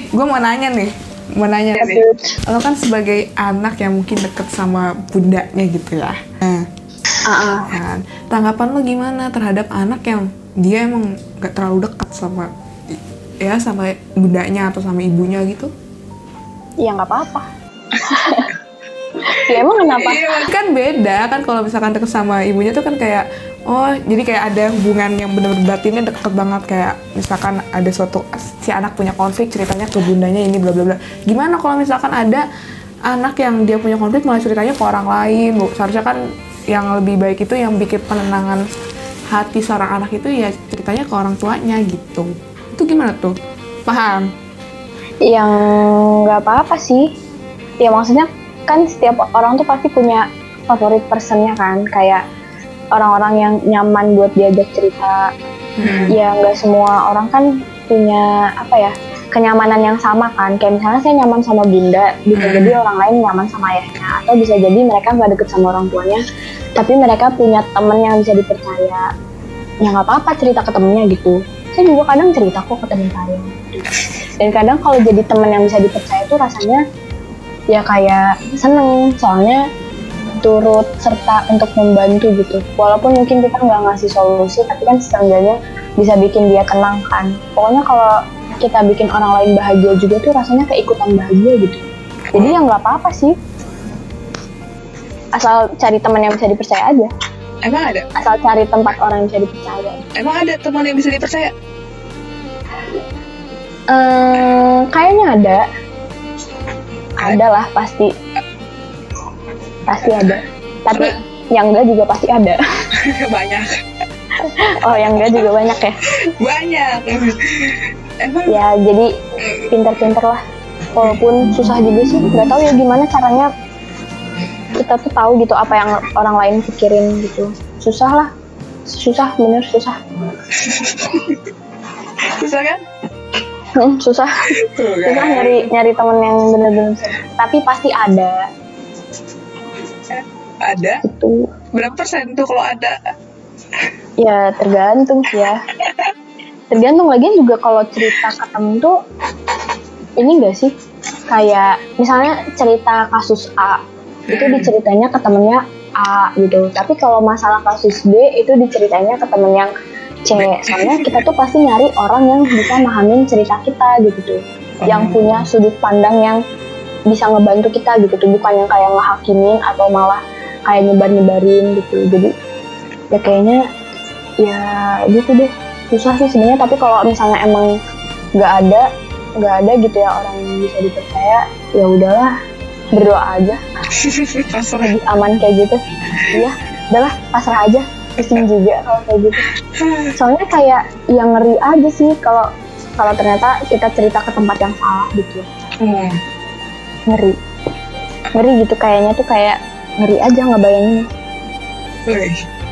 gue mau nanya nih. Lo kan sebagai anak yang mungkin deket sama bundanya gitu ya. Kan, tanggapan lo gimana terhadap anak yang dia emang gak terlalu dekat sama bundanya atau sama ibunya gitu? Ya nggak apa-apa. Ya emang kenapa? Kan beda kan kalau misalkan deket sama ibunya tuh kan kayak jadi kayak ada hubungan yang bener-bener batinnya deket banget. Kayak misalkan ada suatu si anak punya konflik, ceritanya ke bundanya ini bla bla bla. Gimana kalau misalkan ada anak yang dia punya konflik malah ceritanya ke orang lain, Bu? Seharusnya kan yang lebih baik itu yang bikin penenangan hati seorang anak itu ya ceritanya ke orang tuanya gitu. Itu gimana tuh? Paham? Yang nggak apa-apa sih. Ya maksudnya kan setiap orang tuh pasti punya favorit personnya kan, kayak orang-orang yang nyaman buat diajak cerita. Ya nggak semua orang kan punya kenyamanan yang sama kan. Kayak misalnya saya nyaman sama bunda, bisa jadi orang lain nyaman sama ayahnya, atau bisa jadi mereka nggak deket sama orang tuanya tapi mereka punya temen yang bisa dipercaya. Ya nggak apa-apa cerita ke temennya gitu. Saya juga kadang cerita kok ke temen saya. Dan kadang kalau jadi temen yang bisa dipercaya itu rasanya ya kayak seneng, soalnya turut serta untuk membantu gitu. Walaupun mungkin kita nggak ngasih solusi, tapi kan setidaknya bisa bikin dia tenang kan. Pokoknya kalau kita bikin orang lain bahagia juga tuh rasanya keikutan bahagia gitu. Jadi ya nggak apa-apa sih, asal cari teman yang bisa dipercaya aja. Emang ada? Asal cari tempat orang yang bisa dipercaya. Emang ada teman yang bisa dipercaya? Kayaknya ada. Ada lah pasti ada. Tapi yang enggak juga pasti ada. Banyak. Oh, yang enggak juga banyak ya? Banyak. Emang? Ya jadi pinter-pinter lah. Walaupun susah juga sih. Nggak tahu ya gimana caranya kita tuh tahu gitu apa yang orang lain pikirin gitu. Susah lah. Bener susah. Susah kan? Susah nyari temen yang bener-bener. Tapi pasti ada. Ada? Itu. Berapa persen tuh kalau ada? Ya tergantung sih ya. Tergantung lagi juga kalau cerita ke temen tuh ini enggak sih? Kayak misalnya cerita kasus A itu diceritanya ke temennya A gitu. Tapi kalau masalah kasus B itu diceritanya ke temen yang C. Soalnya kita tuh pasti nyari orang yang bisa mahamin cerita kita gitu tuh. Yang punya sudut pandang yang bisa ngebantu kita gitu tuh. Bukan yang kayak ngehakimin atau malah kayak nyebar-nyebarin gitu. Jadi ya kayaknya ya gitu deh. Susah sih sebenarnya. Tapi kalau misalnya emang nggak ada gitu ya orang yang bisa dipercaya, ya udahlah, berdoa aja. Lebih aman kayak gitu. Iya, udahlah pasrah aja. Pusing juga kalau kayak gitu. Soalnya kayak yang ngeri aja sih kalau ternyata kita cerita ke tempat yang salah gitu. Ngeri gitu kayaknya tuh, kayak ngeri aja ngebayanginnya.